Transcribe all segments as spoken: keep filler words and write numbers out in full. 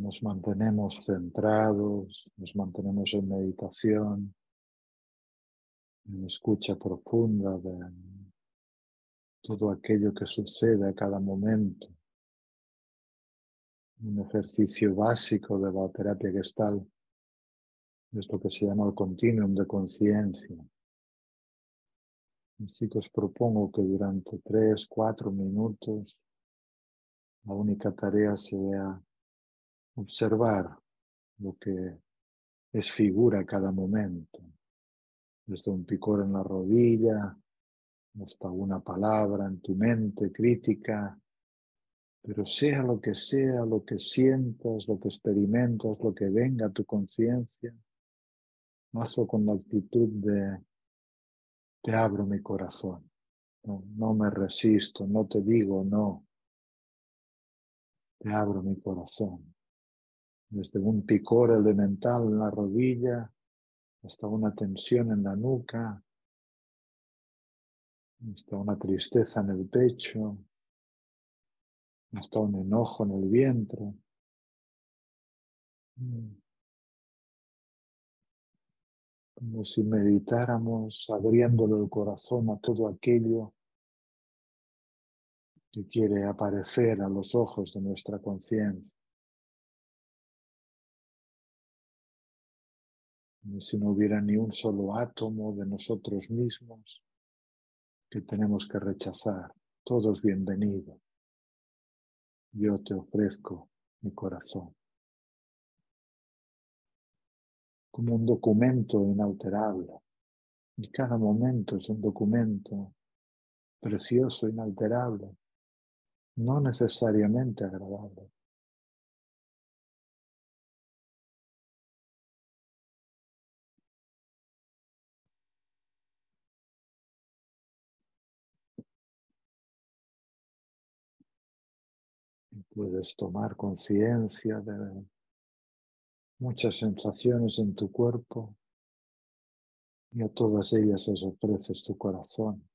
Nos mantenemos centrados, nos mantenemos en meditación, en escucha profunda de todo aquello que sucede a cada momento. Un ejercicio básico de la terapia Gestalt es lo que se llama el continuum de conciencia. Así que os propongo que durante tres, cuatro minutos la única tarea sea observar lo que es figura a cada momento, desde un picor en la rodilla hasta una palabra en tu mente crítica, pero sea lo que sea, lo que sientas, lo que experimentas, lo que venga a tu conciencia, hazlo con la actitud de te abro mi corazón, no, no me resisto, no te digo no, te abro mi corazón. Desde un picor elemental en la rodilla hasta una tensión en la nuca, hasta una tristeza en el pecho, hasta un enojo en el vientre. Como si meditáramos abriéndole el corazón a todo aquello que quiere aparecer a los ojos de nuestra conciencia. Como si no hubiera ni un solo átomo de nosotros mismos que tenemos que rechazar. Todo es bienvenido. Yo te ofrezco mi corazón. Como un documento inalterable. Y cada momento es un documento precioso, inalterable, no necesariamente agradable. Y puedes tomar conciencia de muchas sensaciones en tu cuerpo y a todas ellas les ofreces tu corazón.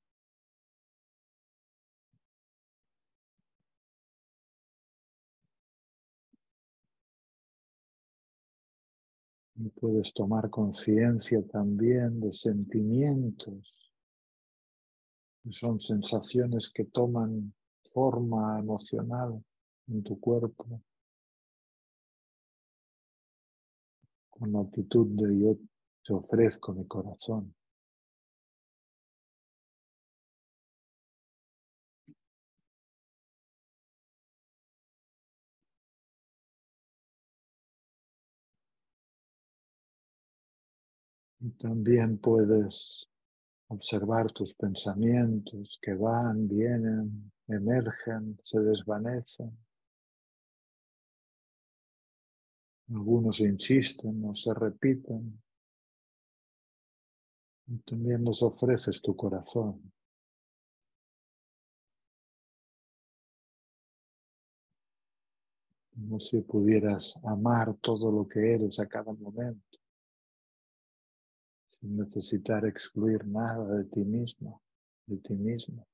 Y puedes tomar conciencia también de sentimientos, que son sensaciones que toman forma emocional en tu cuerpo, con la actitud de yo te ofrezco mi corazón. Y también puedes observar tus pensamientos que van, vienen, emergen, se desvanecen. Algunos insisten o se repiten. Y también les ofreces tu corazón. Como si pudieras amar todo lo que eres a cada momento, sin necesitar excluir nada de ti mismo, de ti mismo.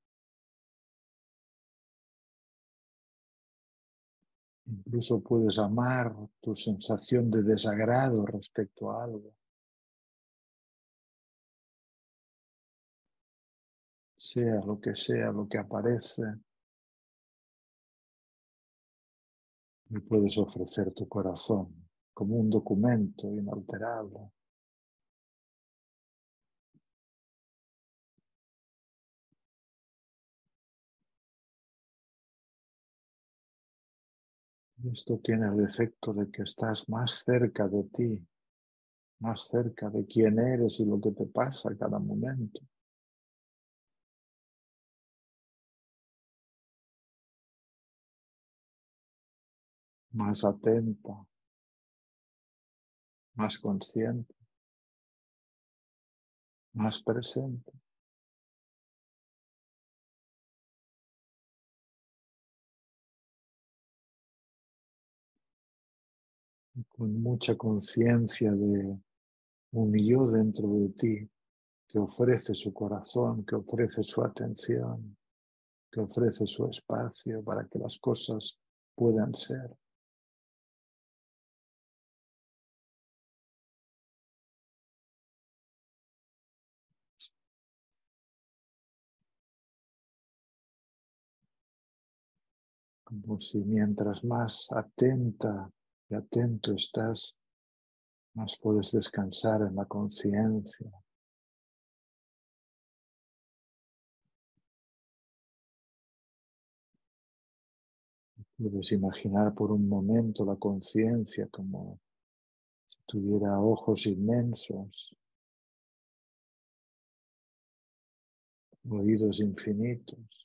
Incluso puedes amar tu sensación de desagrado respecto a algo. Sea lo que sea lo que aparece, me puedes ofrecer tu corazón como un documento inalterable. Esto tiene el efecto de que estás más cerca de ti, más cerca de quién eres y lo que te pasa a cada momento. Más atenta, más consciente, más presente. Y con mucha conciencia de un yo dentro de ti que ofrece su corazón, que ofrece su atención, que ofrece su espacio para que las cosas puedan ser. Como si mientras más atenta y atento estás, más puedes descansar en la conciencia. Puedes imaginar por un momento la conciencia como si tuviera ojos inmensos, oídos infinitos,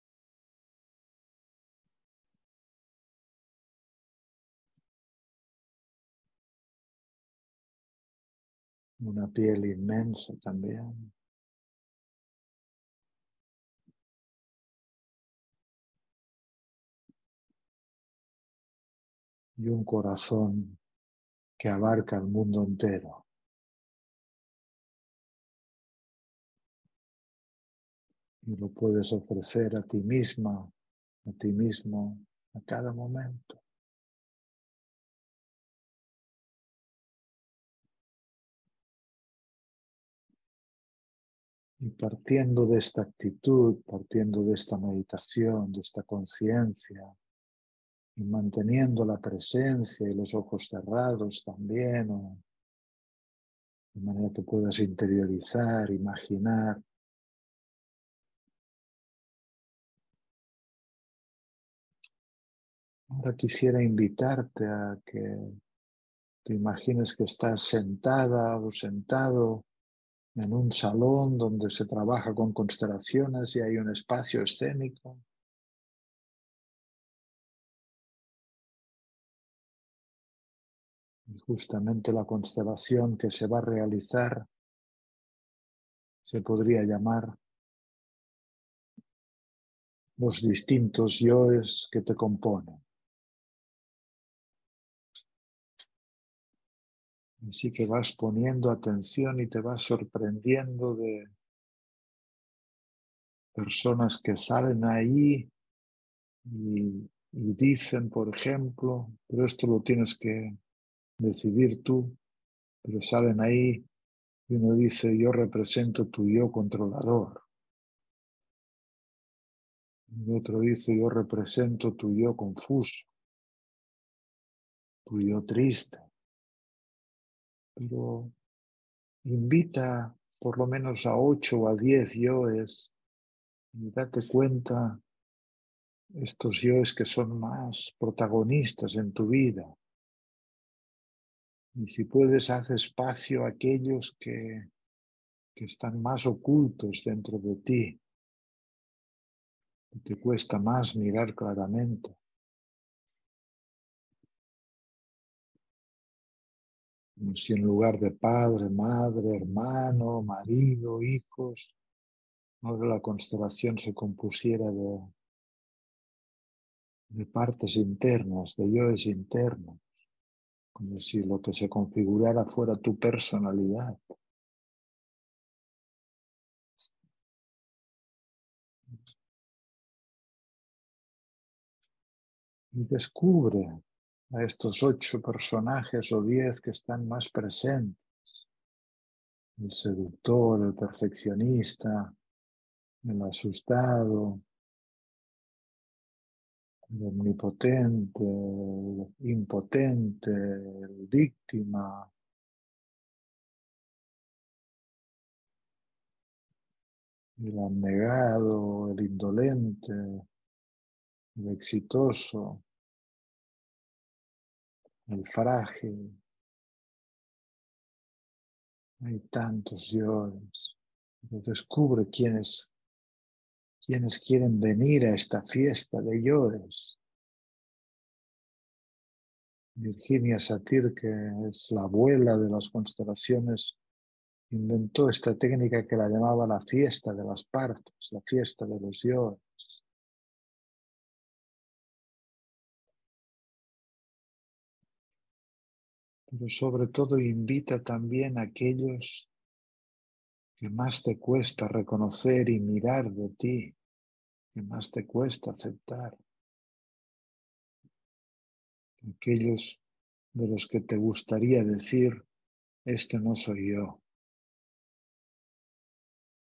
una piel inmensa también, y un corazón que abarca el mundo entero. Y lo puedes ofrecer a ti misma, a ti mismo, a cada momento. Y partiendo de esta actitud, partiendo de esta meditación, de esta conciencia, y manteniendo la presencia y los ojos cerrados también, o de manera que puedas interiorizar, imaginar. Ahora quisiera invitarte a que te imagines que estás sentada o sentado en un salón donde se trabaja con constelaciones y hay un espacio escénico. Y justamente la constelación que se va a realizar se podría llamar los distintos yoes que te componen. Así que vas poniendo atención y te vas sorprendiendo de personas que salen ahí y, y dicen, por ejemplo, pero esto lo tienes que decidir tú, pero salen ahí y uno dice, yo represento tu yo controlador. Y otro dice, yo represento tu yo confuso, tu yo triste. Pero invita por lo menos a ocho o a diez yoes y date cuenta estos yoes que son más protagonistas en tu vida. Y si puedes, haz espacio a aquellos que, que están más ocultos dentro de ti, que te cuesta más mirar claramente. Como si en lugar de padre, madre, hermano, marido, hijos, ahora la constelación se compusiera de, de partes internas, de yoes internos, como si lo que se configurara fuera tu personalidad. Y descubre a estos ocho personajes o diez que están más presentes. El seductor, el perfeccionista, el asustado, el omnipotente, el impotente, el víctima, el abnegado, el indolente, el exitoso, el frágil. Hay tantos yoes. Descubre quiénes, quiénes quieren venir a esta fiesta de yoes. Virginia Satir, que es la abuela de las constelaciones, inventó esta técnica que la llamaba la fiesta de las partes, la fiesta de los yoes. Pero sobre todo invita también a aquellos que más te cuesta reconocer y mirar de ti, que más te cuesta aceptar. Aquellos de los que te gustaría decir, esto no soy yo,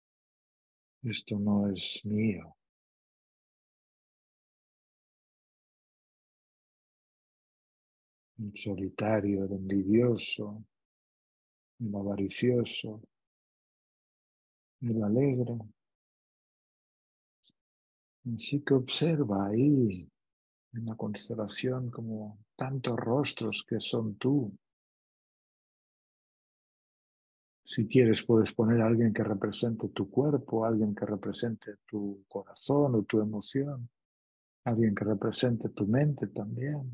esto no es mío. el solitario, el envidioso, el avaricioso, el alegre. Así que observa ahí en la constelación como tantos rostros que son tú. Si quieres, puedes poner a alguien que represente tu cuerpo, alguien que represente tu corazón o tu emoción, alguien que represente tu mente también.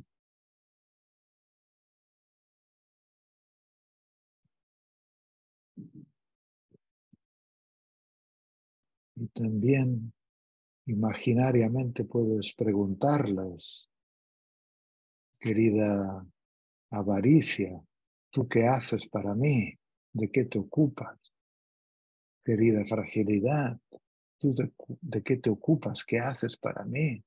Y también imaginariamente puedes preguntarles, querida avaricia, ¿tú qué haces para mí? ¿De qué te ocupas? Querida fragilidad, ¿tú de, de qué te ocupas? ¿Qué haces para mí?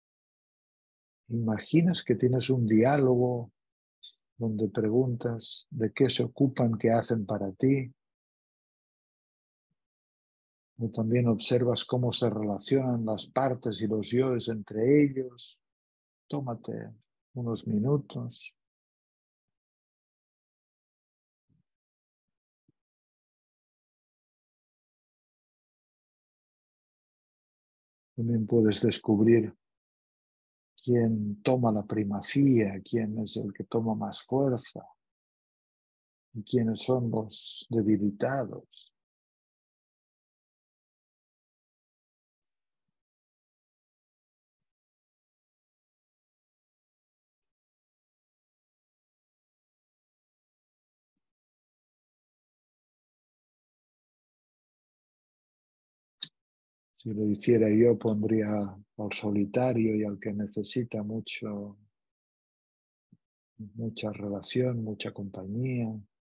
Imaginas que tienes un diálogo donde preguntas de qué se ocupan, qué hacen para ti, o también observas cómo se relacionan las partes y los yoes entre ellos. Tómate unos minutos. También puedes descubrir quién toma la primacía, quién es el que toma más fuerza y quiénes son los debilitados. Si lo hiciera yo, pondría al solitario y al que necesita mucho, mucha relación, mucha compañía.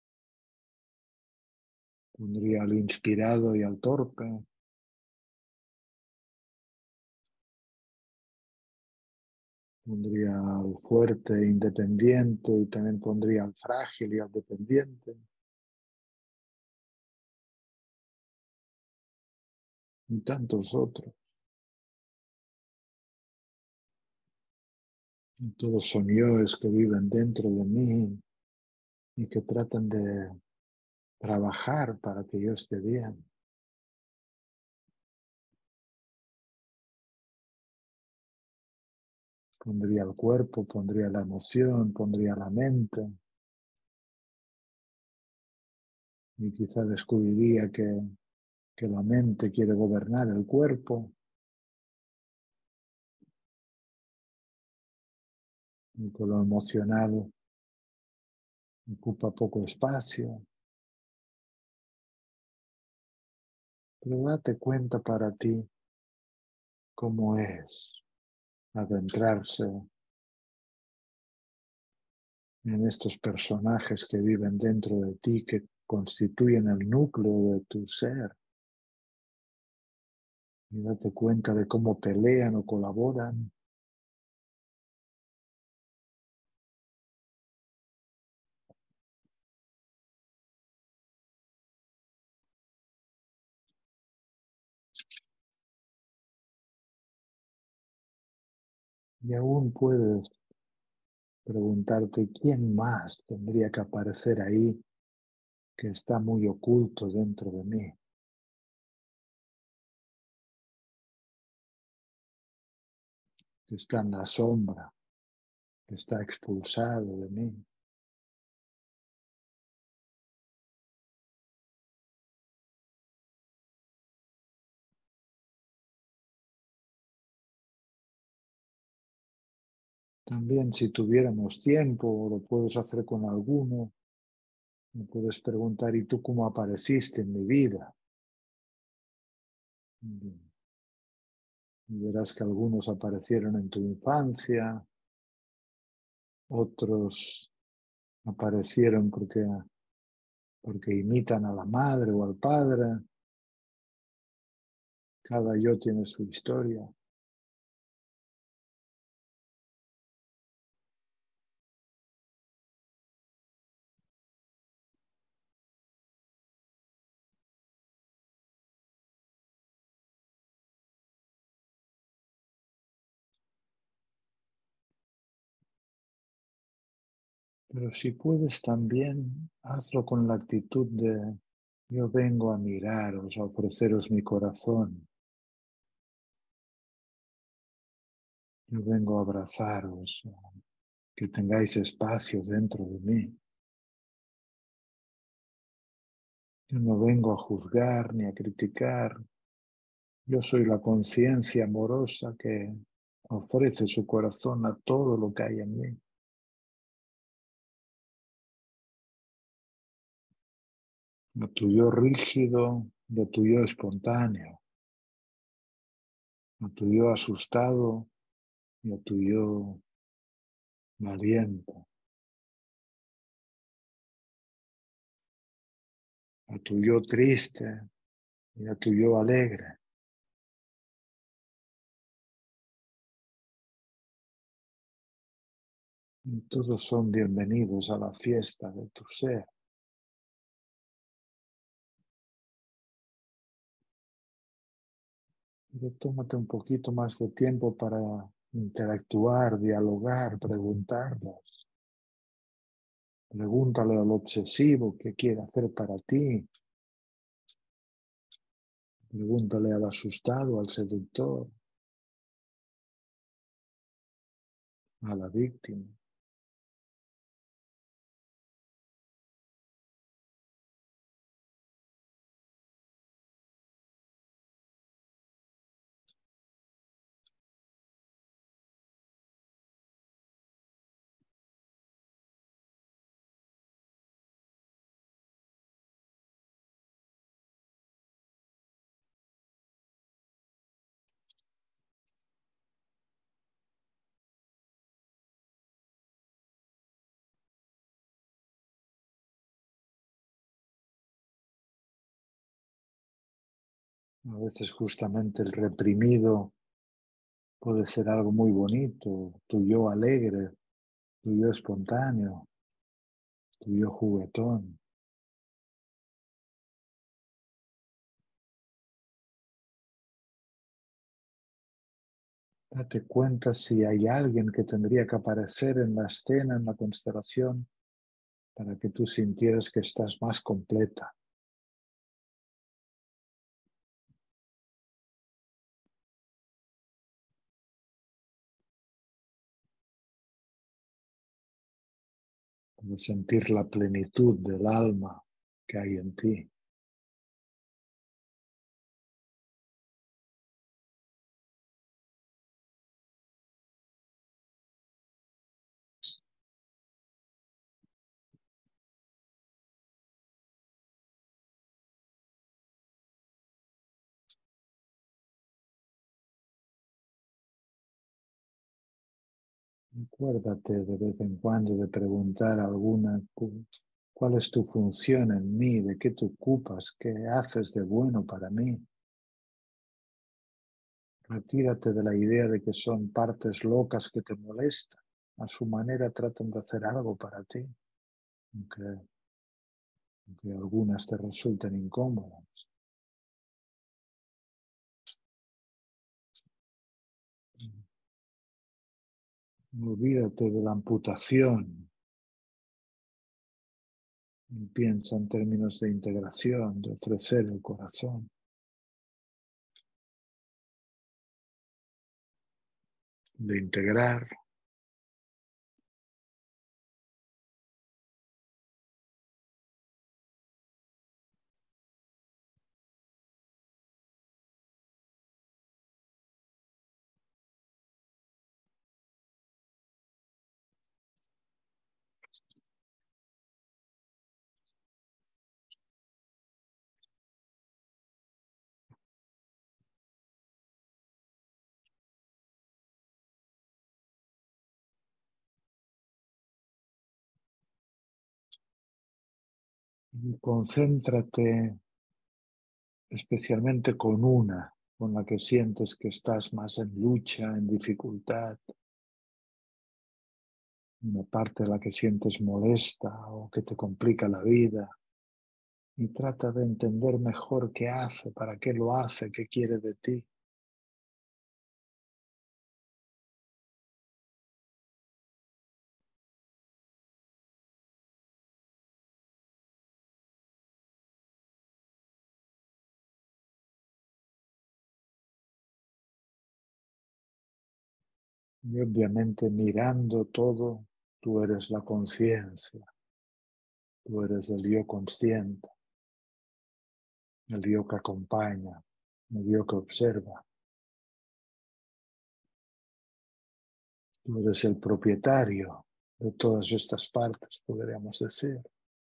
Pondría al inspirado y al torpe. Pondría al fuerte e independiente y también pondría al frágil y al dependiente. Y tantos otros. Y todos son yoes que viven dentro de mí y que tratan de trabajar para que yo esté bien. Pondría el cuerpo, pondría la emoción, pondría la mente. Y quizá descubriría que, que la mente quiere gobernar el cuerpo y que lo emocional ocupa poco espacio. Pero date cuenta para ti cómo es adentrarse en estos personajes que viven dentro de ti, que constituyen el núcleo de tu ser. Y date cuenta de cómo pelean o colaboran. Y aún puedes preguntarte quién más tendría que aparecer ahí que está muy oculto dentro de mí, que está en la sombra, que está expulsado de mí. También si tuviéramos tiempo, lo puedes hacer con alguno, me puedes preguntar, ¿y tú cómo apareciste en mi vida? Y verás que algunos aparecieron en tu infancia, otros aparecieron porque, porque imitan a la madre o al padre. Cada yo tiene su historia. Pero si puedes también, hazlo con la actitud de yo vengo a miraros, a ofreceros mi corazón. Yo vengo a abrazaros, que tengáis espacio dentro de mí. Yo no vengo a juzgar ni a criticar. Yo soy la conciencia amorosa que ofrece su corazón a todo lo que hay en mí. A tu yo rígido y a tu yo espontáneo. A tu yo asustado y a tu yo valiente. A tu yo triste y a tu yo alegre. Y todos son bienvenidos a la fiesta de tu ser. Pero tómate un poquito más de tiempo para interactuar, dialogar, preguntarlos. Pregúntale al obsesivo qué quiere hacer para ti. Pregúntale al asustado, al seductor, a la víctima. A veces justamente el reprimido puede ser algo muy bonito, tu yo alegre, tu yo espontáneo, tu yo juguetón. Date cuenta si hay alguien que tendría que aparecer en la escena, en la constelación, para que tú sintieras que estás más completa. De sentir la plenitud del alma que hay en ti. Acuérdate de vez en cuando de preguntar a alguna cuál es tu función en mí, de qué te ocupas, qué haces de bueno para mí. Retírate de la idea de que son partes locas que te molestan. A su manera tratan de hacer algo para ti, aunque, aunque algunas te resulten incómodas. Olvídate de la amputación y piensa en términos de integración, de ofrecer el corazón, de integrar. Y concéntrate especialmente con una, con la que sientes que estás más en lucha, en dificultad, una parte de la que sientes molesta o que te complica la vida, y trata de entender mejor qué hace, para qué lo hace, qué quiere de ti. Y obviamente mirando todo, tú eres la conciencia, tú eres el yo consciente, el yo que acompaña, el yo que observa. Tú eres el propietario de todas estas partes, podríamos decir.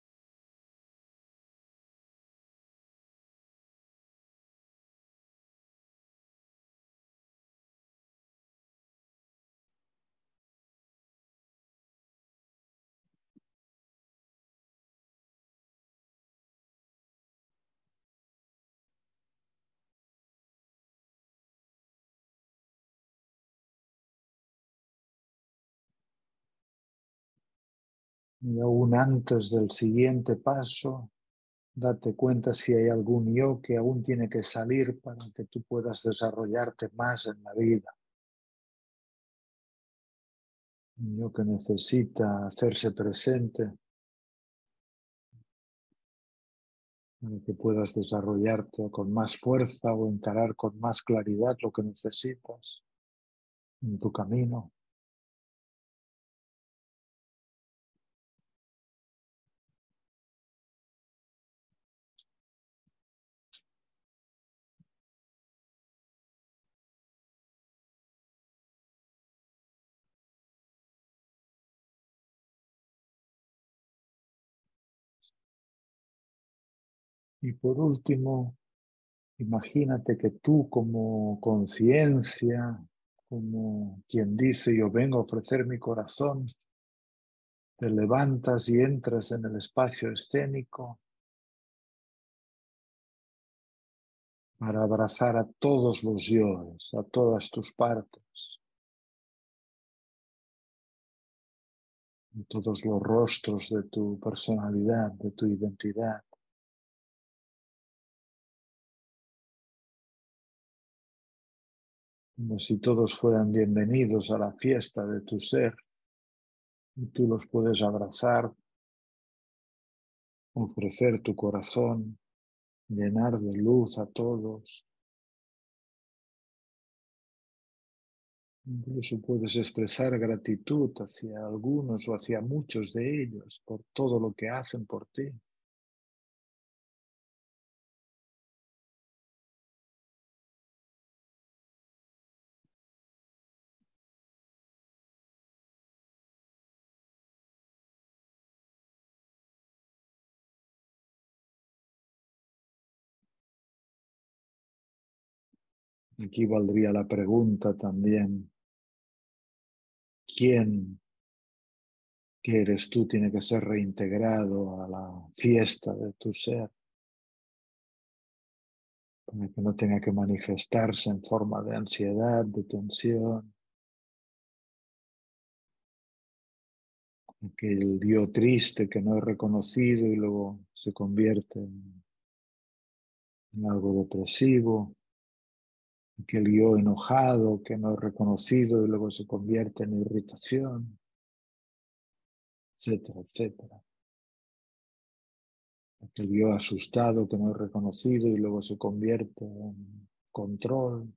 Y aún antes del siguiente paso, date cuenta si hay algún yo que aún tiene que salir para que tú puedas desarrollarte más en la vida. Un yo que necesita hacerse presente para que puedas desarrollarte con más fuerza o encarar con más claridad lo que necesitas en tu camino. Y por último, imagínate que tú como conciencia, como quien dice yo vengo a ofrecer mi corazón, te levantas y entras en el espacio escénico para abrazar a todos los yoes, a todas tus partes, a todos los rostros de tu personalidad, de tu identidad. Como si todos fueran bienvenidos a la fiesta de tu ser y tú los puedes abrazar, ofrecer tu corazón, llenar de luz a todos. Incluso puedes expresar gratitud hacia algunos o hacia muchos de ellos por todo lo que hacen por ti. Aquí valdría la pregunta también, ¿quién que eres tú tiene que ser reintegrado a la fiesta de tu ser? Para que no tenga que manifestarse en forma de ansiedad, de tensión. Aquel yo triste que no he reconocido y luego se convierte en, en algo depresivo. Aquel yo enojado que no he reconocido y luego se convierte en irritación, etcétera, etcétera. Aquel yo asustado que no he reconocido y luego se convierte en control.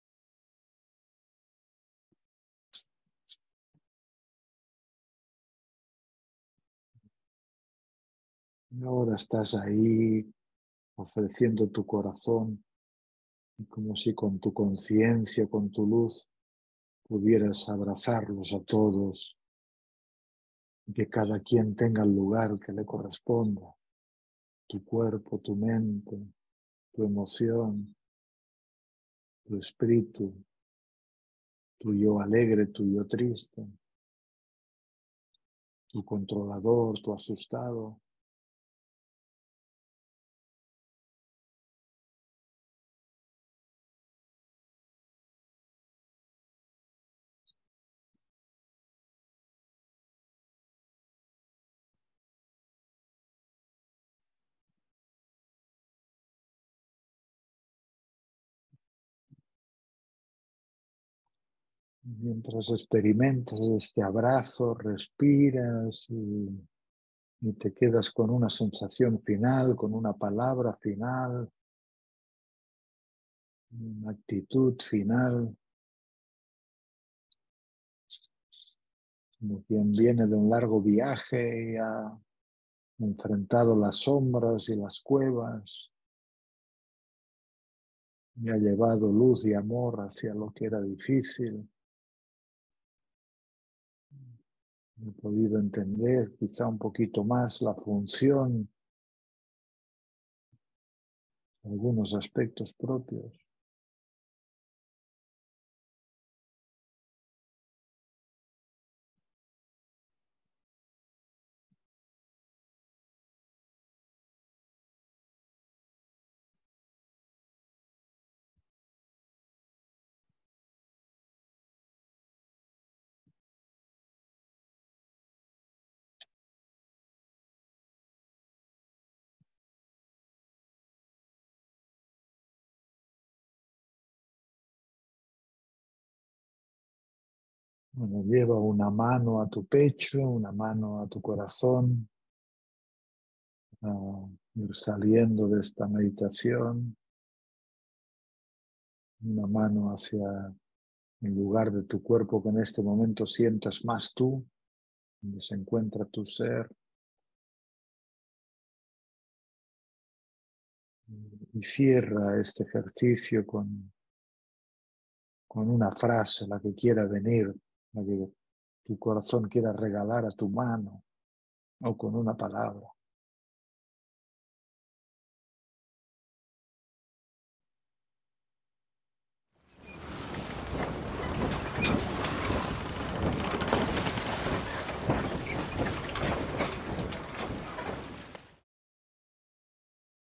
Y ahora estás ahí ofreciendo tu corazón y como si con tu conciencia, con tu luz, pudieras abrazarlos a todos y que cada quien tenga el lugar que le corresponda. Tu cuerpo, tu mente, tu emoción, tu espíritu, tu yo alegre, tu yo triste, tu controlador, tu asustado. Mientras experimentas este abrazo, respiras y, y te quedas con una sensación final, con una palabra final, una actitud final. como quien viene de un largo viaje y ha enfrentado las sombras y las cuevas y ha llevado luz y amor hacia lo que era difícil. He podido entender quizá un poquito más la función, algunos aspectos propios. Bueno, lleva una mano a tu pecho, una mano a tu corazón, a ir saliendo de esta meditación, una mano hacia el lugar de tu cuerpo que en este momento sientas más tú, donde se encuentra tu ser, y cierra este ejercicio con, con una frase, la que quiera venir, la que tu corazón quiera regalar a tu mano, o con una palabra.